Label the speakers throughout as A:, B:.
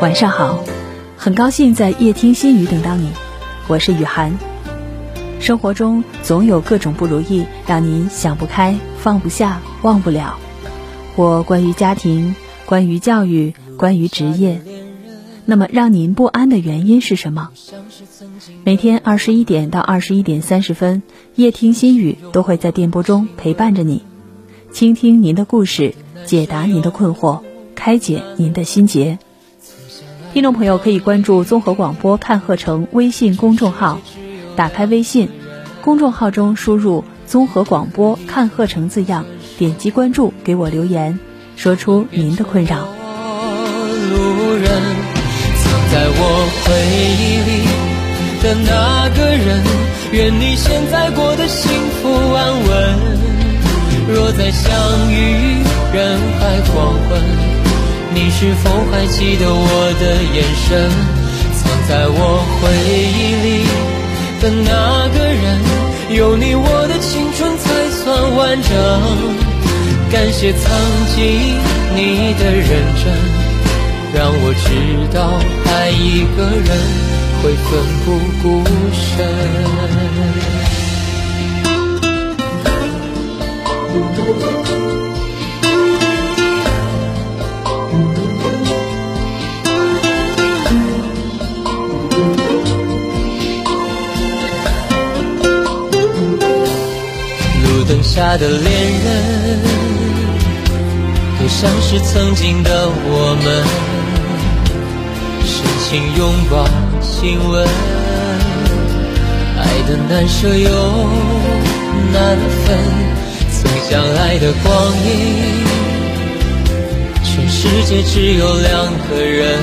A: 晚上好，很高兴在夜听心语等到你，我是雨涵。生活中总有各种不如意，让您想不开、放不下、忘不了，或关于家庭，关于教育，关于职业。那么让您不安的原因是什么？每天21点到21点30分，夜听心语都会在电波中陪伴着你，倾听您的故事，解答您的困惑，开解您的心结。听众朋友可以关注综合广播看鹤城微信公众号，打开微信公众号中输入综合广播看鹤城字样，点击关注，给我留言，说出您的困扰。
B: 路人藏在我回忆里的那个人，愿你现在过得幸福安稳。若再相遇人海黄昏，你是否还记得我的眼神？藏在我回忆里的那个人，有你我的青春才算完整。感谢曾经你的认真，让我知道爱一个人会奋不顾身。路灯下的恋人，都像是曾经的我们，深情拥抱亲吻，爱的难舍又难分。曾相爱的光阴，全世界只有两个人，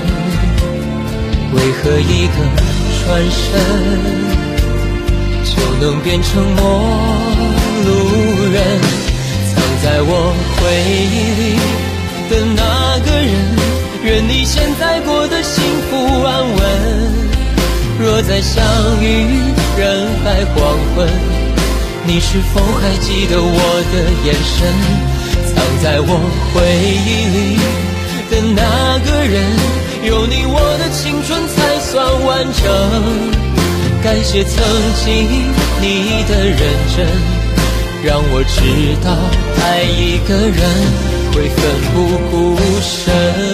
B: 为何一个转身就能变成陌路人？藏在我回忆里的那个人，愿你现在过得幸福安稳。若再相遇人海黄昏，你是否还记得我的眼神？藏在我回忆里的那个人，有你我的青春才算完整。感谢曾经你的认真，让我知道爱一个人会奋不顾身。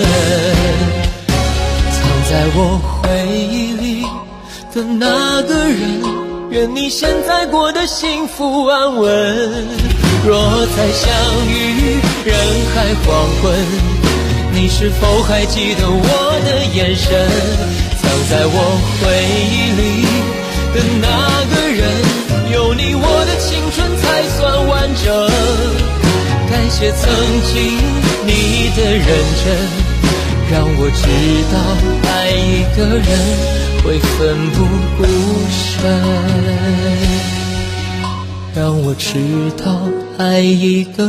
B: 藏在我回忆里的那个人，愿你现在过得幸福安稳。若再相遇人海黄昏，你是否还记得我的眼神？藏在我回忆里的那个人，有你我的青春才算完整。感谢曾经你的认真，让我知道爱一个人会奋不顾身，让我知道爱一个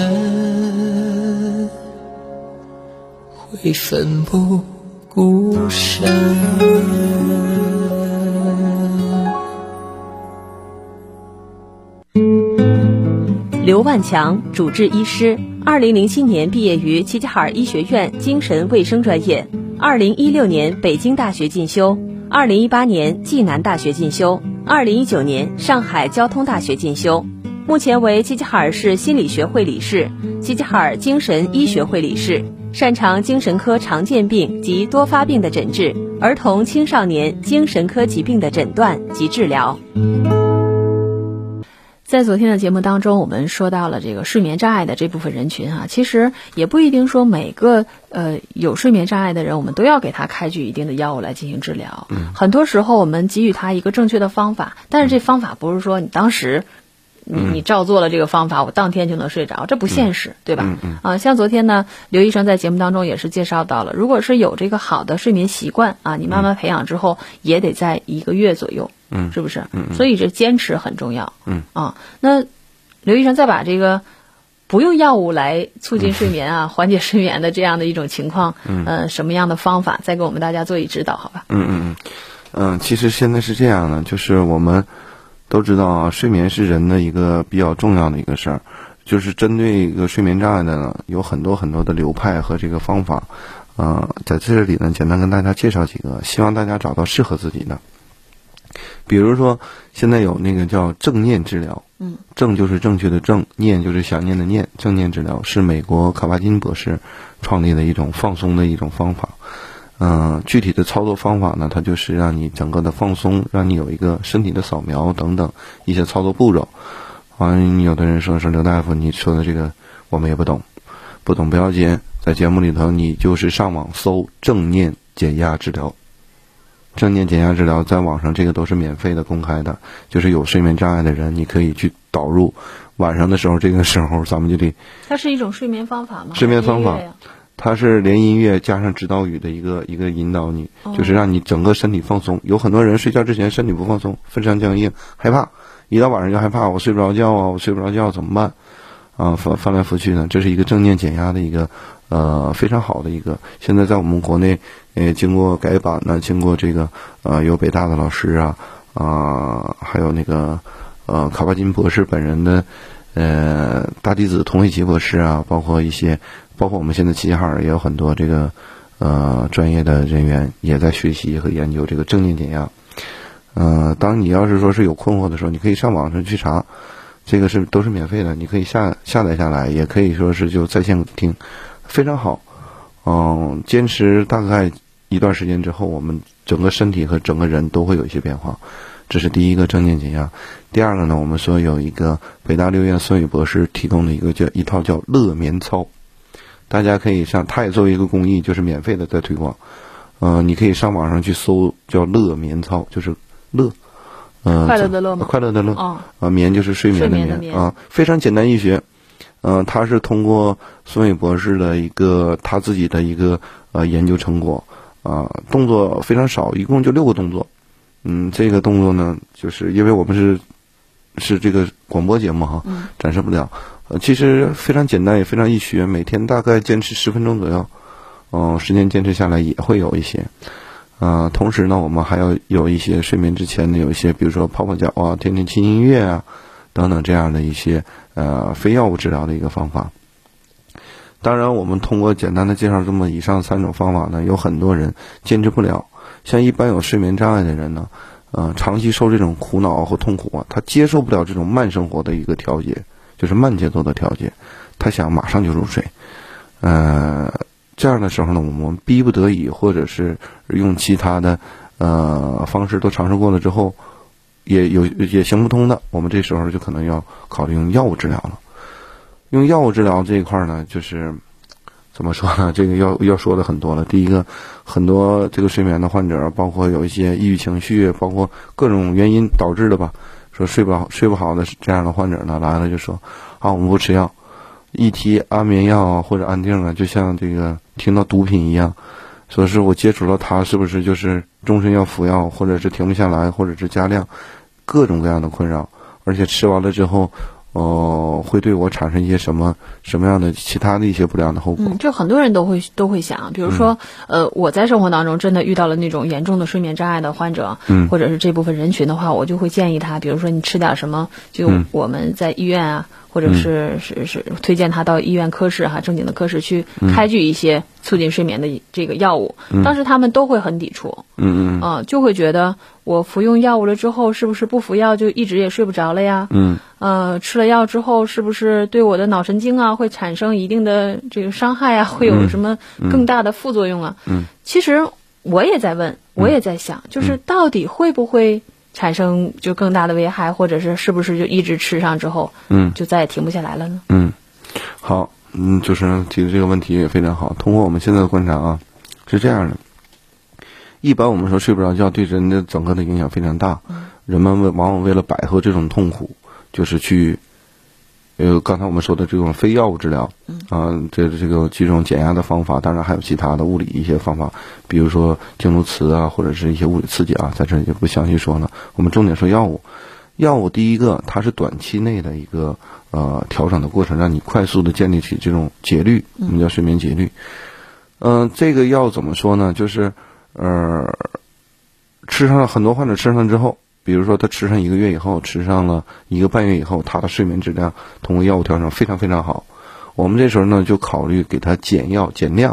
B: 人会奋不顾身。
A: 刘万强，主治医师，2007年毕业于齐齐哈尔医学院精神卫生专业，2016年北京大学进修，2018年暨南大学进修，2019年上海交通大学进修，目前为齐齐哈尔市心理学会理事、齐齐哈尔精神医学会理事，擅长精神科常见病及多发病的诊治，儿童青少年精神科疾病的诊断及治疗。在昨天的节目当中，我们说到了这个睡眠障碍的这部分人群啊，其实也不一定说每个有睡眠障碍的人，我们都要给他开具一定的药物来进行治疗。很多时候我们给予他一个正确的方法，但是这方法不是说你当时你照做了这个方法，我当天就能睡着，这不现实，对吧？像昨天呢，刘医生在节目当中也是介绍到了，如果是有这个好的睡眠习惯啊，你慢慢培养之后，也得在1个月左右。是不是？所以这坚持很重要。那刘医生再把这个不用药物来促进睡眠啊、缓解睡眠的这样的一种情况，什么样的方法，再给我们大家做一指导，好吧？
C: 其实现在是这样的，就是我们都知道啊，睡眠是人的一个比较重要的一个事儿。就是针对一个睡眠障碍的呢，有很多的流派和这个方法在这里呢，简单跟大家介绍几个，希望大家找到适合自己的。比如说，现在有那个叫正念治疗，正就是正确的正，念就是想念的念，正念治疗是美国卡巴金博士创立的一种放松的一种方法。具体的操作方法呢，它就是让你整个的放松，让你有一个身体的扫描等等一些操作步骤。有的人说刘大夫，你说的这个我们也不懂不要紧，在节目里头你就是上网搜正念减压治疗。正念减压治疗在网上这个都是免费的公开的，就是有睡眠障碍的人你可以去导入，晚上的时候这个时候咱们就得。
A: 它是一种睡眠方法吗？
C: 睡眠方法，它是连音乐加上指导语的一个引导你，就是让你整个身体放松。有很多人睡觉之前身体不放松，分散僵硬，害怕，一到晚上就害怕，我睡不着觉啊，我睡不着觉怎么办？翻来覆去呢，这是一个正念减压的一个非常好的一个。现在在我们国内经过改版呢，经过这个有北大的老师还有那个卡巴金博士本人的大弟子童慧琪博士包括我们现在齐齐哈尔也有很多这个专业的人员也在学习和研究这个正念减压。当你要是说是有困惑的时候，你可以上网上去查，这个都是免费的，你可以下载下来，也可以说是就在线听，非常好。坚持大概一段时间之后，我们整个身体和整个人都会有一些变化。这是第一个正念减压。第二个呢，我们说有一个北大六院孙宇博士提供的一套叫乐眠操，大家可以上，他也作为一个公益，就是免费的在推广。你可以上网上去搜叫乐眠操，就是乐。
A: 快乐的乐吗？
C: 快乐的乐。眠就是睡眠的眠非常简单易学。他是通过孙宇博士的他自己的一个研究成果动作非常少，一共就6个动作。这个动作呢，就是因为我们是这个广播节目展示不了。其实非常简单，也非常易学，每天大概坚持10分钟左右。时间坚持下来也会有一些。同时呢，我们还要有一些睡眠之前的有一些，比如说泡泡脚听听轻音乐等等这样的一些非药物治疗的一个方法。当然我们通过简单的介绍这么以上3种方法呢，有很多人坚持不了。像一般有睡眠障碍的人呢，长期受这种苦恼和痛苦他接受不了这种慢生活的一个调节，就是慢节奏的调节，他想马上就入睡。这样的时候呢，我们逼不得已或者是用其他的方式都尝试过了之后，也行不通的，我们这时候就可能要考虑用药物治疗了。用药物治疗这一块呢，就是怎么说呢，这个要说的很多了。第一个，很多这个睡眠的患者，包括有一些抑郁情绪，包括各种原因导致的吧，说睡不好的这样的患者呢，来了就说我们不吃药，一提安眠药或者安定就像这个听到毒品一样，说是我接触了它是不是就是终身要服药，或者是停不下来，或者是加量，各种各样的困扰，而且吃完了之后会对我产生一些什么样的其他的一些不良的后果。
A: 就很多人都会想，比如说我在生活当中真的遇到了那种严重的睡眠障碍的患者，或者是这部分人群的话，我就会建议他，比如说你吃点什么，就我们在医院或者是推荐他到医院科室正经的科室去开具一些促进睡眠的这个药物。当时他们都会很抵触，就会觉得我服用药物了之后，是不是不服药就一直也睡不着了呀？吃了药之后，是不是对我的脑神经会产生一定的这个伤害会有什么更大的副作用其实我也在问，我也在想，就是到底会不会产生就更大的危害，或者是不是就一直吃上之后就再也停不下来了呢？
C: 好，就是提的这个问题也非常好。通过我们现在的观察是这样的，一般我们说睡不着觉对人的整个的影响非常大，人们往往为了摆脱这种痛苦，就是去刚才我们说的这种非药物治疗这个几种减压的方法，当然还有其他的物理一些方法，比如说经颅磁或者是一些物理刺激在这里就不详细说了。我们重点说药物。药物第一个，它是短期内的一个调整的过程，让你快速的建立起这种节律，我们叫睡眠节律。这个药怎么说呢？就是吃上了，很多患者吃上之后，比如说他吃上1个月以后，吃上了1个半月以后，他的睡眠质量通过药物调整非常非常好。我们这时候呢就考虑给他减药减量，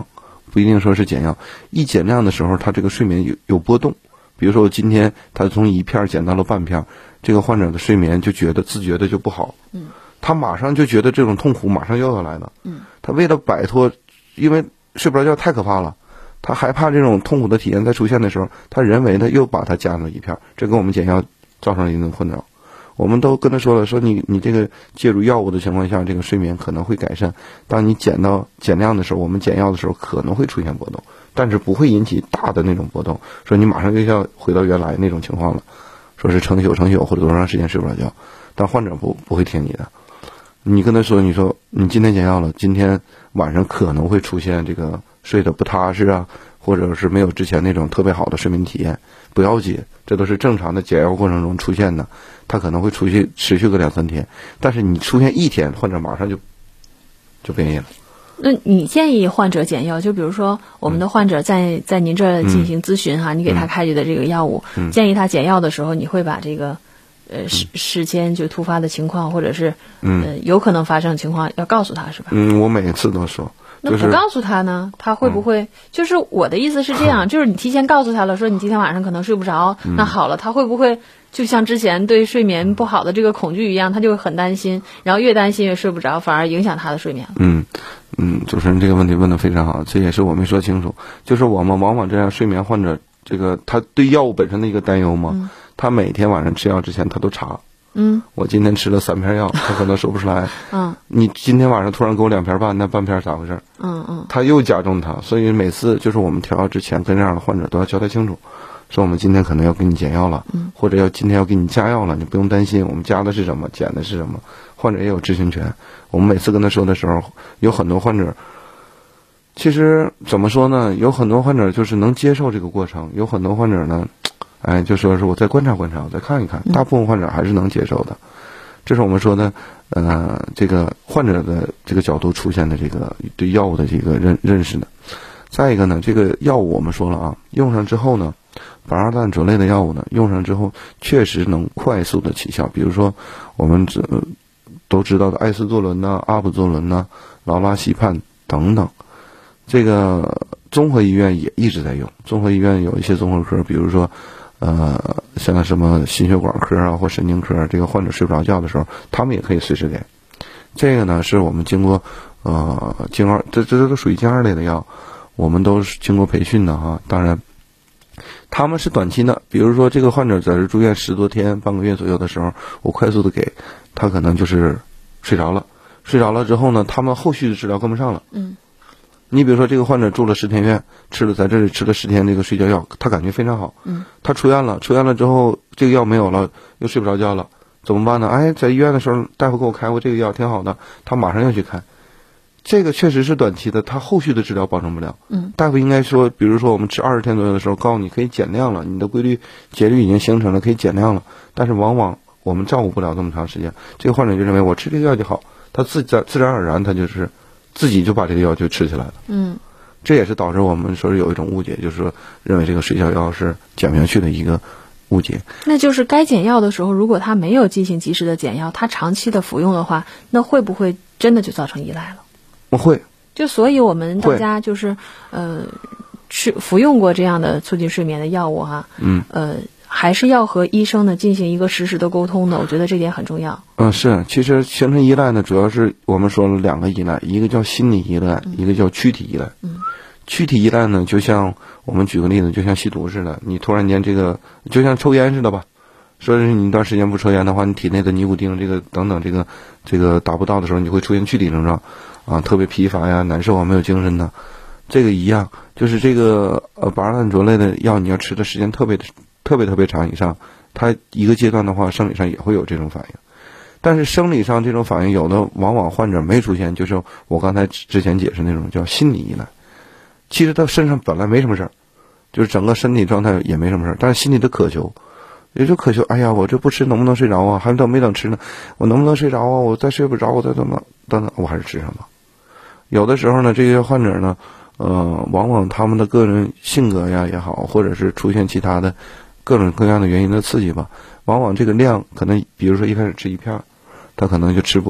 C: 不一定说是减药。一减量的时候，他这个睡眠有波动。比如说我今天他从1片减到了半片，这个患者的睡眠就自觉的就不好。他马上就觉得这种痛苦马上又要来了。他为了摆脱，因为睡不着觉太可怕了，他害怕这种痛苦的体验再出现的时候，他人为的又把它加了1片，这给我们减药造成了一定困扰。我们都跟他说了，说你这个介入药物的情况下，这个睡眠可能会改善。当你减量的时候，我们减药的时候可能会出现波动，但是不会引起大的那种波动，说你马上就要回到原来那种情况了，说是成宿或者多长时间睡不着觉。但患者不会听你的，你跟他说，你说你今天减药了，今天晚上可能会出现这个睡得不踏实啊，或者是没有之前那种特别好的睡眠体验，不要紧，这都是正常的减药过程中出现的，它可能会持续个2-3天，但是你出现1天，患者马上就变异了。
A: 那你建议患者减药，就比如说我们的患者在您这进行咨询哈，你给他开具的这个药物，建议他减药的时候，你会把这个事先就突发的情况，或者是有可能发生的情况要告诉他，是吧？
C: 我每次都说。
A: 那不告诉他呢，他会不会？就是我的意思是这样，就是你提前告诉他了，说你今天晚上可能睡不着，那好了，他会不会就像之前对睡眠不好的这个恐惧一样，他就会很担心，然后越担心越睡不着，反而影响他的睡眠。
C: 主持人这个问题问得非常好，这也是我没说清楚。就是我们往往这样睡眠患者，这个他对药物本身的一个担忧嘛，他每天晚上吃药之前他都查。我今天吃了3片药，他可能说不出来。你今天晚上突然给我2片半，那半片咋回事？他又加重他，所以每次就是我们调药之前跟这样的患者都要交代清楚，说我们今天可能要给你减药了，或者今天要给你加药了，你不用担心，我们加的是什么，减的是什么，患者也有知情权。我们每次跟他说的时候，有很多患者，其实怎么说呢？有很多患者就是能接受这个过程，有很多患者呢。就说是我再观察观察，我再看一看，大部分患者还是能接受的。这是我们说的，这个患者的这个角度出现的这个对药物的这个认识的。再一个呢，这个药物我们说了啊，用上之后呢，巴尔氮卓类的药物呢，用上之后确实能快速的起效。比如说我们都知道的艾司唑仑呐、阿普唑仑呐、劳拉西泮等等，这个综合医院也一直在用。综合医院有一些综合科，比如说像什么心血管科啊或神经科，这个患者睡不着觉的时候，他们也可以随时给。这个呢是我们经过经2，这都属于经2类的药，我们都是经过培训的哈。当然他们是短期的，比如说这个患者在这住院10多天半个月左右的时候，我快速的给他，可能就是睡着了之后呢，他们后续的治疗跟不上了。你比如说这个患者住了10天院，在这里吃了10天这个睡觉药，他感觉非常好。他出院了之后，这个药没有了，又睡不着觉了，怎么办呢？在医院的时候，大夫给我开过这个药，挺好的，他马上要去开。这个确实是短期的，他后续的治疗保证不了。大夫应该说，比如说我们吃20天左右的时候，告诉你可以减量了，你的节律已经形成了，可以减量了。但是往往我们照顾不了这么长时间，这个患者就认为我吃这个药就好，他自然而然他就是自己就把这个药就吃起来了。这也是导致我们说是有一种误解，就是说认为这个睡觉药是减不下去的一个误解。
A: 那就是该减药的时候，如果他没有进行及时的减药，他长期的服用的话，那会不会真的就造成依赖了？
C: 会。
A: 就所以我们大家就是服用过这样的促进睡眠的药物哈，还是要和医生呢进行一个实时的沟通的，我觉得这点很重要。
C: 是，其实形成依赖呢，主要是我们说了2个依赖，一个叫心理依赖，一个叫躯体依赖。躯体依赖呢，就像我们举个例子，就像吸毒似的，你突然间就像抽烟似的吧，说是你一段时间不抽烟的话，你体内的尼古丁这个等等这个达不到的时候，你会出现躯体症状啊，特别疲乏呀、难受啊、没有精神呢。这个一样，就是这个巴尔氮卓类的药，你要吃的时间特别长以上，它一个阶段的话，生理上也会有这种反应。但是生理上这种反应有的往往患者没出现，就是我刚才之前解释那种叫心理依赖。其实他身上本来没什么事儿，就是整个身体状态也没什么事儿，但是心里的渴求，也就渴求，哎呀，我这不吃能不能睡着啊？还没等吃呢，我能不能睡着啊？我再睡不着，我再怎么等等，我还是吃上吧。有的时候呢，这些患者呢，往往他们的个人性格呀也好，或者是出现其他的各种各样的原因的刺激吧，往往这个量可能，比如说一开始吃1片，他可能就吃不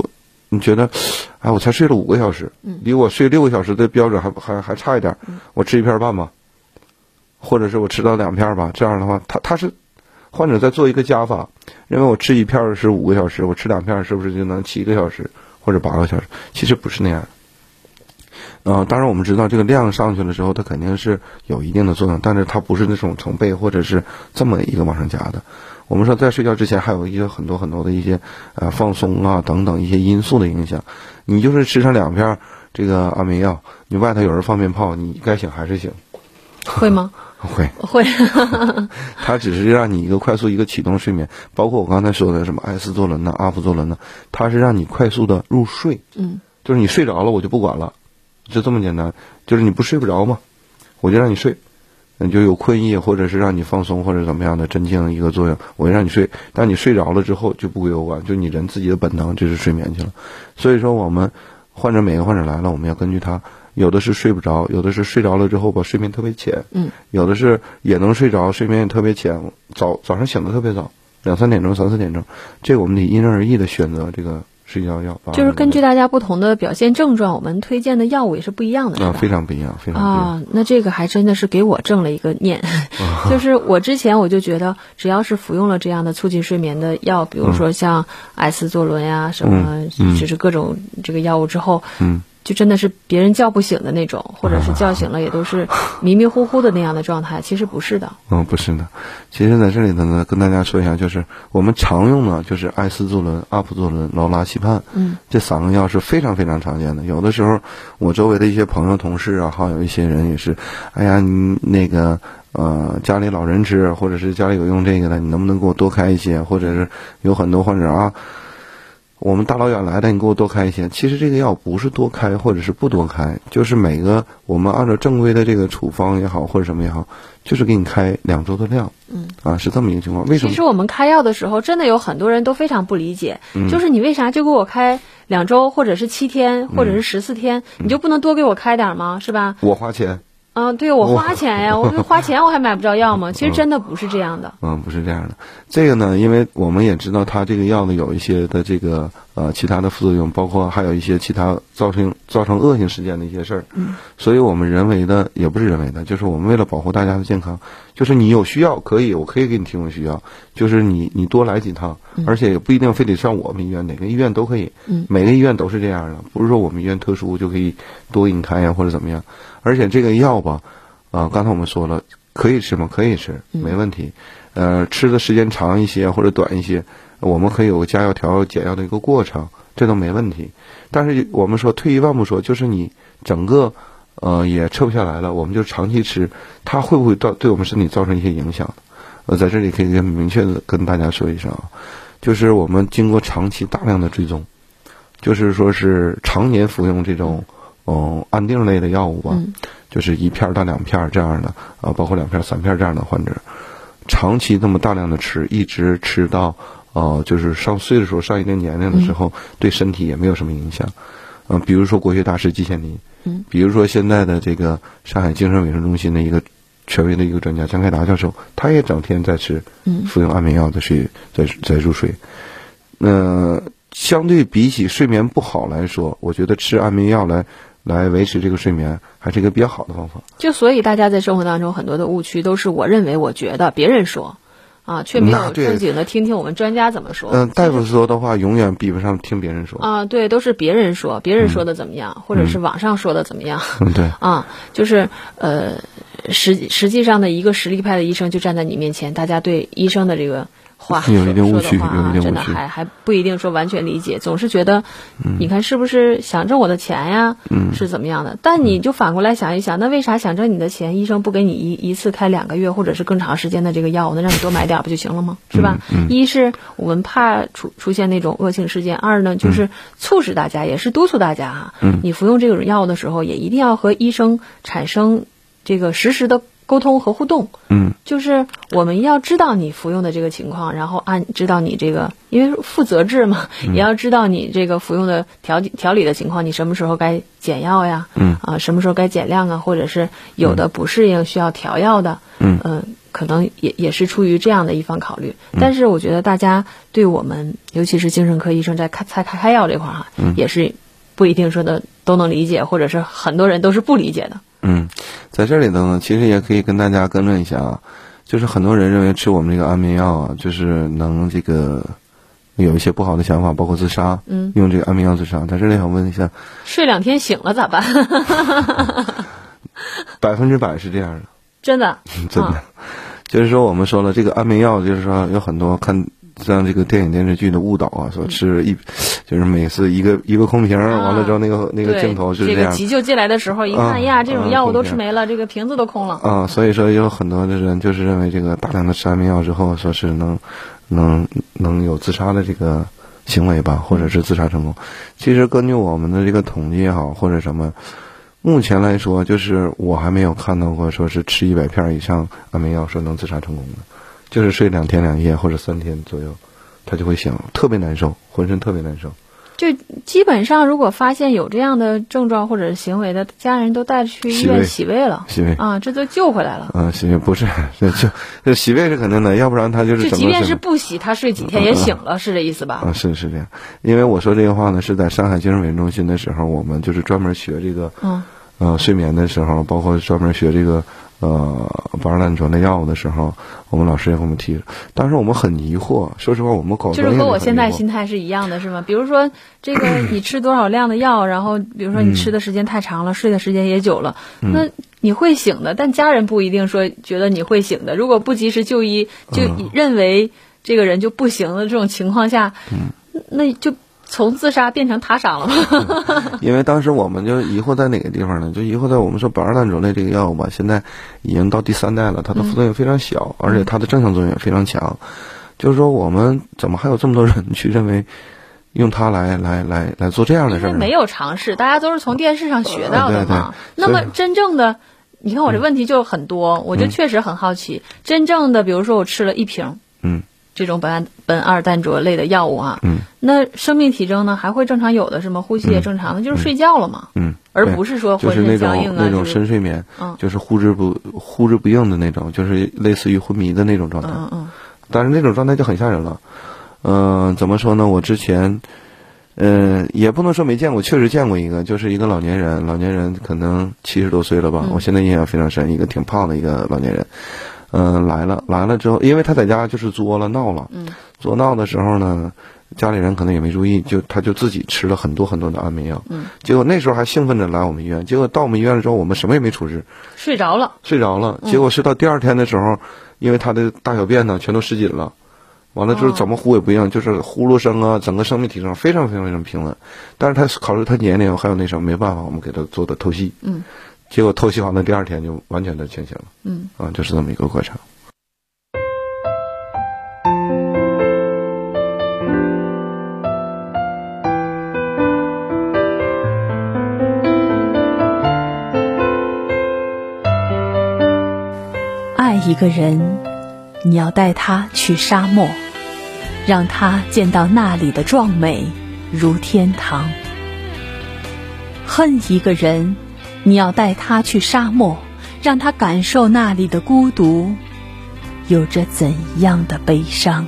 C: 你觉得，哎，我才睡了5个小时，离我睡6个小时的标准还差一点，我吃1片半吧，或者是我吃到2片吧，这样的话，他是患者在做一个加法，认为我吃1片是5个小时，我吃2片是不是就能7个小时或者8个小时？其实不是那样。当然我们知道这个量上去了之后，它肯定是有一定的作用，但是它不是那种成倍或者是这么一个往上加的。我们说在睡觉之前还有一些很多的一些放松啊等等一些因素的影响。你就是吃上2片这个安眠药，你外头有人放鞭炮，你该醒还是醒。
A: 会吗？会
C: 它只是让你一个快速一个启动睡眠，包括我刚才说的什么艾斯唑仑呐、阿普唑仑呐，它是让你快速的入睡。就是你睡着了我就不管了，就这么简单。就是你不睡不着嘛，我就让你睡，你就有困意或者是让你放松或者怎么样的镇静的一个作用，我就让你睡。但你睡着了之后就不归我管，就你人自己的本能就是睡眠去了。所以说我们每个患者来了，我们要根据他，有的是睡不着，有的是睡着了之后吧睡眠特别浅，有的是也能睡着，睡眠也特别浅，早上醒得特别早，2、3点钟、3、4点钟，这个我们得因人而异的选择这个睡觉药。
A: 就是根据大家不同的表现症状，我们推荐的药物也是不一样的，是吧？
C: 非常不一样，非常不一样。
A: 那这个还真的是给我正了一个念，就是我之前我就觉得，只要是服用了这样的促进睡眠的药，比如说像艾斯唑仑呀，什么就是各种这个药物之后，就真的是别人叫不醒的那种，或者是叫醒了也都是迷迷糊糊的那样的状态。其实不是的。
C: 不是的。其实在这里呢，跟大家说一下，就是我们常用的就是艾斯唑仑、阿普唑仑、劳拉西泮，这3个药是非常非常常见的。有的时候我周围的一些朋友、同事啊，还有一些人也是，哎呀，你那个家里老人吃，或者是家里有用这个的，你能不能给我多开一些？或者是有很多患者啊，我们大老远来的，你给我多开一些。其实这个药不是多开或者是不多开，就是每个我们按照正规的这个处方也好或者什么也好，就是给你开2周的量。是这么一个情况。为什么？
A: 其实我们开药的时候，真的有很多人都非常不理解，就是你为啥就给我开2周或者是7天或者是14天，你就不能多给我开点吗？是吧？
C: 我花钱。
A: 对，我花钱呀，我花钱我还买不着药吗？其实真的不是这样的。
C: 不是这样的。这个呢，因为我们也知道它这个药呢有一些的这个其他的副作用，包括还有一些其他造成恶性事件的一些事儿。所以我们人为的也不是人为的，就是我们为了保护大家的健康，就是你有需要我可以给你提供需要，就是你多来几趟，而且也不一定非得上我们医院，哪个医院都可以。每个医院都是这样的，不是说我们医院特殊就可以多给你开呀或者怎么样。而且这个药吧，刚才我们说了，可以吃吗？可以吃，没问题。吃的时间长一些或者短一些，我们可以有个加药、调药、减药的一个过程，这都没问题。但是我们说退一万步说，就是你整个也撤不下来了，我们就长期吃，它会不会对我们身体造成一些影响？在这里可以明确的跟大家说一声啊，就是我们经过长期大量的追踪，就是说是常年服用这种安定类的药物吧，就是1片到2片这样的包括2片、3片这样的患者，长期这么大量的吃，一直吃到就是上岁的时候，上一定年龄的时候，对身体也没有什么影响。比如说国学大师季羡林，比如说现在的这个上海精神卫生中心的一个权威的一个专家江开达教授，他也整天在吃服用安眠药在入睡。相对比起睡眠不好来说，我觉得吃安眠药来维持这个睡眠还是一个比较好的方法。
A: 就所以大家在生活当中很多的误区都是我认为我觉得别人说却没有正经的听听我们专家怎么说。
C: 大夫说的话永远比不上听别人说
A: 对，都是别人说的怎么样，或者是网上说的怎么样。
C: 对
A: 就是实际上的一个实力派的医生就站在你面前，大家对医生的这个话
C: 有一定误区，
A: 真的还不一定说完全理解，总是觉得你看是不是想挣我的钱呀，是怎么样的。但你就反过来想一想，那为啥想挣你的钱，医生不给你一次开2个月或者是更长时间的这个药，那让你多买点不就行了吗？是吧？一是我们怕出现那种恶性事件，二呢就是促使大家也是督促大家你服用这种药的时候也一定要和医生产生这个实时的沟通和互动。就是我们要知道你服用的这个情况，然后知道你这个，因为负责制嘛，也要知道你这个服用的调理的情况，你什么时候该减药呀，什么时候该减量啊，或者是有的不适应需要调药的， 可能也是出于这样的一方考虑。但是我觉得大家对我们尤其是精神科医生在开药这块哈，也是不一定说的都能理解，或者是很多人都是不理解的。
C: 在这里呢，其实也可以跟大家更正一下啊，就是很多人认为吃我们这个安眠药啊，就是能这个有一些不好的想法，包括自杀，用这个安眠药自杀。在这里想问一下，
A: 睡2天醒了咋办
C: ？100%是这样的，
A: 真的，
C: 真的，就是说我们说了，这个安眠药就是说有很多看像这个电影电视剧的误导啊，说吃就是每次一个空瓶，完了之后那个镜头是这样。
A: 这个急救进来的时候一看呀，这种药物都吃没了，这个瓶子都空了。
C: 所以说有很多的人就是认为这个大量的吃安眠药之后，说是能有自杀的这个行为吧，或者是自杀成功。其实根据我们的这个统计也好，或者什么，目前来说，就是我还没有看到过说是吃100片以上安眠药说能自杀成功的，就是睡2天2夜或者3天左右，他就会醒，特别难受，浑身特别难受。
A: 就基本上，如果发现有这样的症状或者行为的，家人都带去医院洗胃了，
C: 洗胃
A: 啊，这都救回来了。
C: 洗胃不是，就洗胃是肯定的，要不然他就是
A: 就即便是不洗，他睡几天也醒了，是这意思吧？
C: 是这样。因为我说这个话呢，是在上海精神卫生中心的时候，我们就是专门学这个睡眠的时候，包括专门学这个巴尔氮卓类药物的时候，我们老师也跟我们提，当时我们很疑惑，说实话我们搞
A: 就是和我现在心态是一样的，是吗？比如说这个你吃多少量的药，然后比如说你吃的时间太长了，睡的时间也久了，那你会醒的，但家人不一定说觉得你会醒的。如果不及时就医，就认为这个人就不行的这种情况下，那就从自杀变成他杀了吗？
C: 因为当时我们就疑惑在哪个地方呢？就疑惑在我们说巴尔氮卓类这个药物吧，现在已经到第3代了，它的副作用非常小，而且它的正向作用也非常强。就是说，我们怎么还有这么多人去认为用它来做这样的事儿呢？
A: 没有尝试，大家都是从电视上学到的嘛。那么真正的，你看我这问题就很多，我就确实很好奇，真正的，比如说我吃了1瓶，这种苯二氮卓类的药物啊，那生命体征呢还会正常有的，什么呼吸也正常的，就是睡觉了嘛，而不是说浑身僵硬啊，
C: 就是那种深睡眠，就是呼之不应的那种，就是类似于昏迷的那种状态，但是那种状态就很吓人了。怎么说呢？我之前也不能说没见过，确实见过一个，就是一个老年人可能70多岁了吧，我现在印象非常深，一个挺胖的一个老年人。来了之后，因为他在家就是作了闹了，作闹的时候呢，家里人可能也没注意，他就自己吃了很多很多的安眠药，结果那时候还兴奋着来我们医院，结果到我们医院了之后，我们什么也没处置，
A: 睡着了，
C: 结果是到第2天的时候，因为他的大小便呢全都失禁了，完了就是怎么呼也不应，就是呼噜声啊，整个生命体征非常非常非常平稳，但是他考虑他年龄还有那什么，没办法，我们给他做的透析，结果透析完了第2天就完全的清醒了，就是这么一个过程。
A: 爱一个人，你要带他去沙漠，让他见到那里的壮美如天堂。恨一个人，你要带他去沙漠，让他感受那里的孤独有着怎样的悲伤。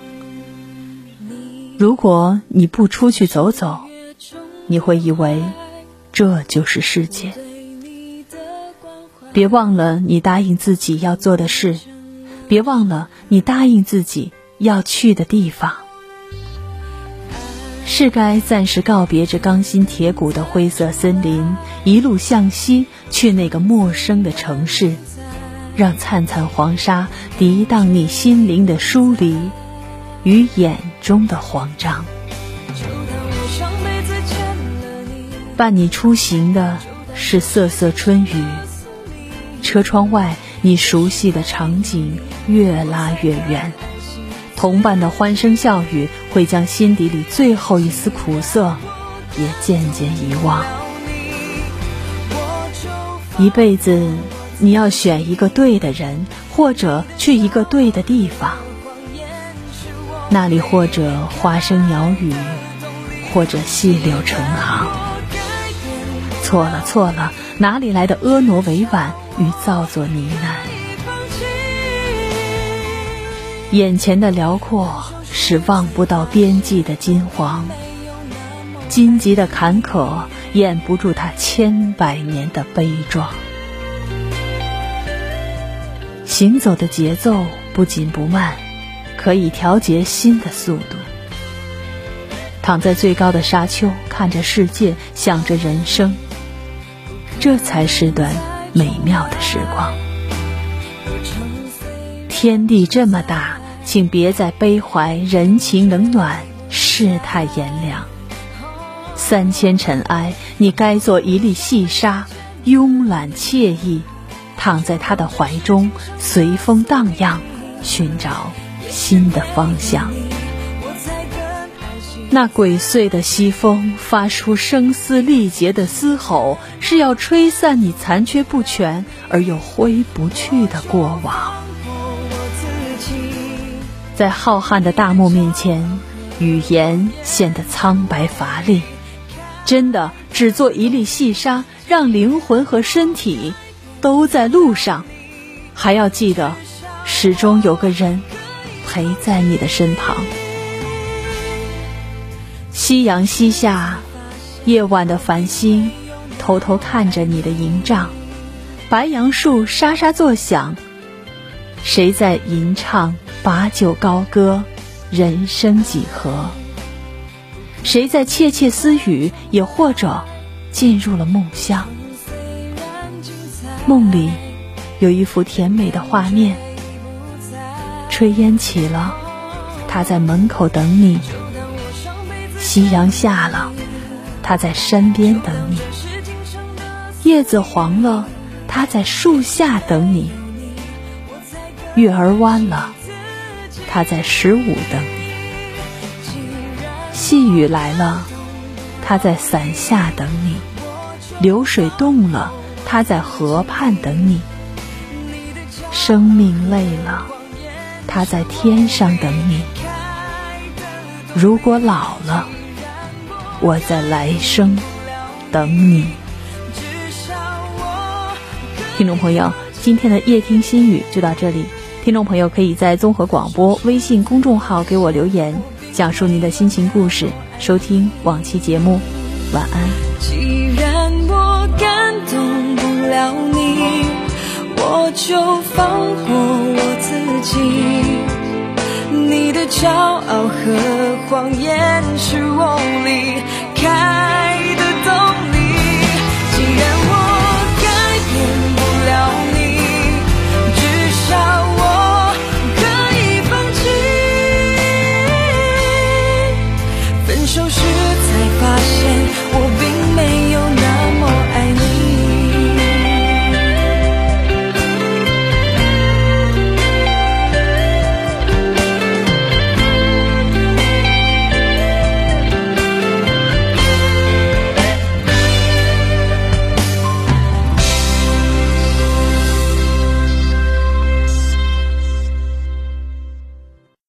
A: 如果你不出去走走，你会以为这就是世界。别忘了你答应自己要做的事，别忘了你答应自己要去的地方。是该暂时告别这钢筋铁骨的灰色森林，一路向西，去那个陌生的城市，让灿灿黄沙涤荡你心灵的疏离与眼中的慌张。伴你出行的是瑟瑟春雨，车窗外你熟悉的场景越拉越远，同伴的欢声笑语会将心底里最后一丝苦涩也渐渐遗忘。一辈子你要选一个对的人，或者去一个对的地方，那里或者花声鸟语，或者细柳成行。错了错了，哪里来的婀娜委婉与造作呢喃？ 眼前的辽阔是望不到边际的金黄，荆棘的坎坷掩不住它千百年的悲壮。行走的节奏不紧不慢，可以调节心的速度。躺在最高的沙丘，看着世界，想着人生，这才是段美妙的时光。天地这么大，请别再悲怀人情冷暖，世态炎凉。3000尘埃，你该做一粒细沙，慵懒惬意，躺在他的怀中，随风荡漾，寻找新的方向。那鬼祟的西风发出声嘶力竭的嘶吼，是要吹散你残缺不全而又挥不去的过往。在浩瀚的大幕面前，语言显得苍白乏力。真的只做一粒细沙，让灵魂和身体都在路上，还要记得始终有个人陪在你的身旁。夕阳西下，夜晚的繁星偷偷看着你的营帐，白杨树沙沙作响，谁在吟唱把酒高歌，人生几何？谁在窃窃私语，也或者进入了梦乡。梦里有一幅甜美的画面，炊烟起了，他在门口等你；夕阳下了，他在山边等你；叶子黄了，他在树下等你；月儿弯了，他在15等你；细雨来了，他在伞下等你；流水动了，他在河畔等你；生命累了，他在天上等你。如果老了，我在来生等你。听众朋友，今天的夜听心语就到这里。听众朋友可以在综合广播微信公众号给我留言，讲述您的心情故事，收听往期节目。晚安。
B: 既然我感动不了你，我就放过我自己。你的骄傲和谎言是我离开